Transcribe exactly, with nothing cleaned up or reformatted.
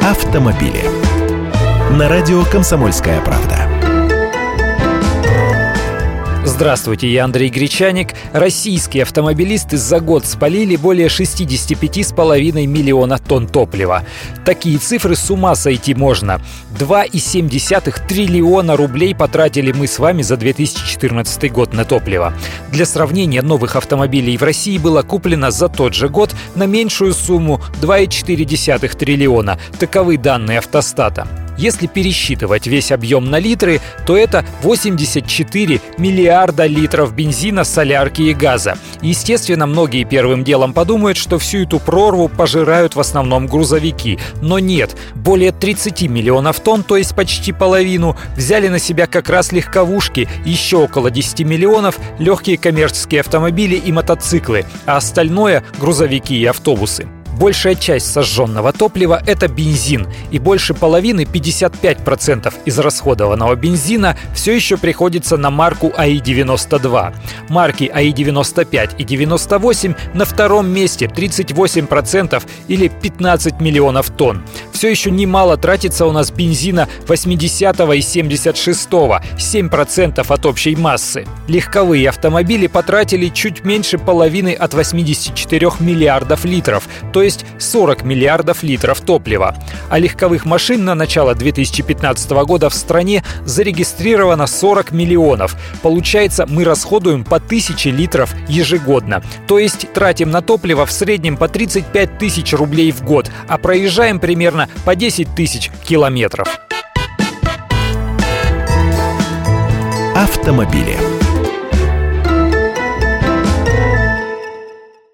автомобили. На радио «Комсомольская правда». Здравствуйте, я Андрей Гречаник. Российские автомобилисты за год спалили более шестьдесят пять целых пять десятых миллиона тонн топлива. Такие цифры с ума сойти можно. два целых семь десятых триллиона рублей потратили мы с вами за две тысячи четырнадцатый год на топливо. Для сравнения, новых автомобилей в России было куплено за тот же год на меньшую сумму два целых четыре десятых триллиона. Таковы данные Автостата. Если пересчитывать весь объем на литры, то это восемьдесят четыре миллиарда литров бензина, солярки и газа. Естественно, многие первым делом подумают, что всю эту прорву пожирают в основном грузовики. Но нет, более тридцать миллионов тонн, то есть почти половину, взяли на себя как раз легковушки, еще около десять миллионов – легкие коммерческие автомобили и мотоциклы, а остальное – грузовики и автобусы. Большая часть сожженного топлива – это бензин, и больше половины, пятьдесят пять процентов израсходованного бензина, все еще приходится на марку АИ девяносто два. Марки АИ девяносто пять и девяносто восемь на втором месте – тридцать восемь процентов или пятнадцать миллионов тонн. Все еще немало тратится у нас бензина восьмидесятого и семьдесят шестого – семь процентов от общей массы. Легковые автомобили потратили чуть меньше половины от восьмидесяти четырёх миллиардов литров, то есть сорок миллиардов литров топлива. А легковых машин на начало две тысячи пятнадцатого года в стране зарегистрировано сорок миллионов. Получается, мы расходуем по тысяче литров ежегодно. То есть тратим на топливо в среднем по тридцать пять тысяч рублей в год, а проезжаем примерно по десять тысяч километров. Автомобили.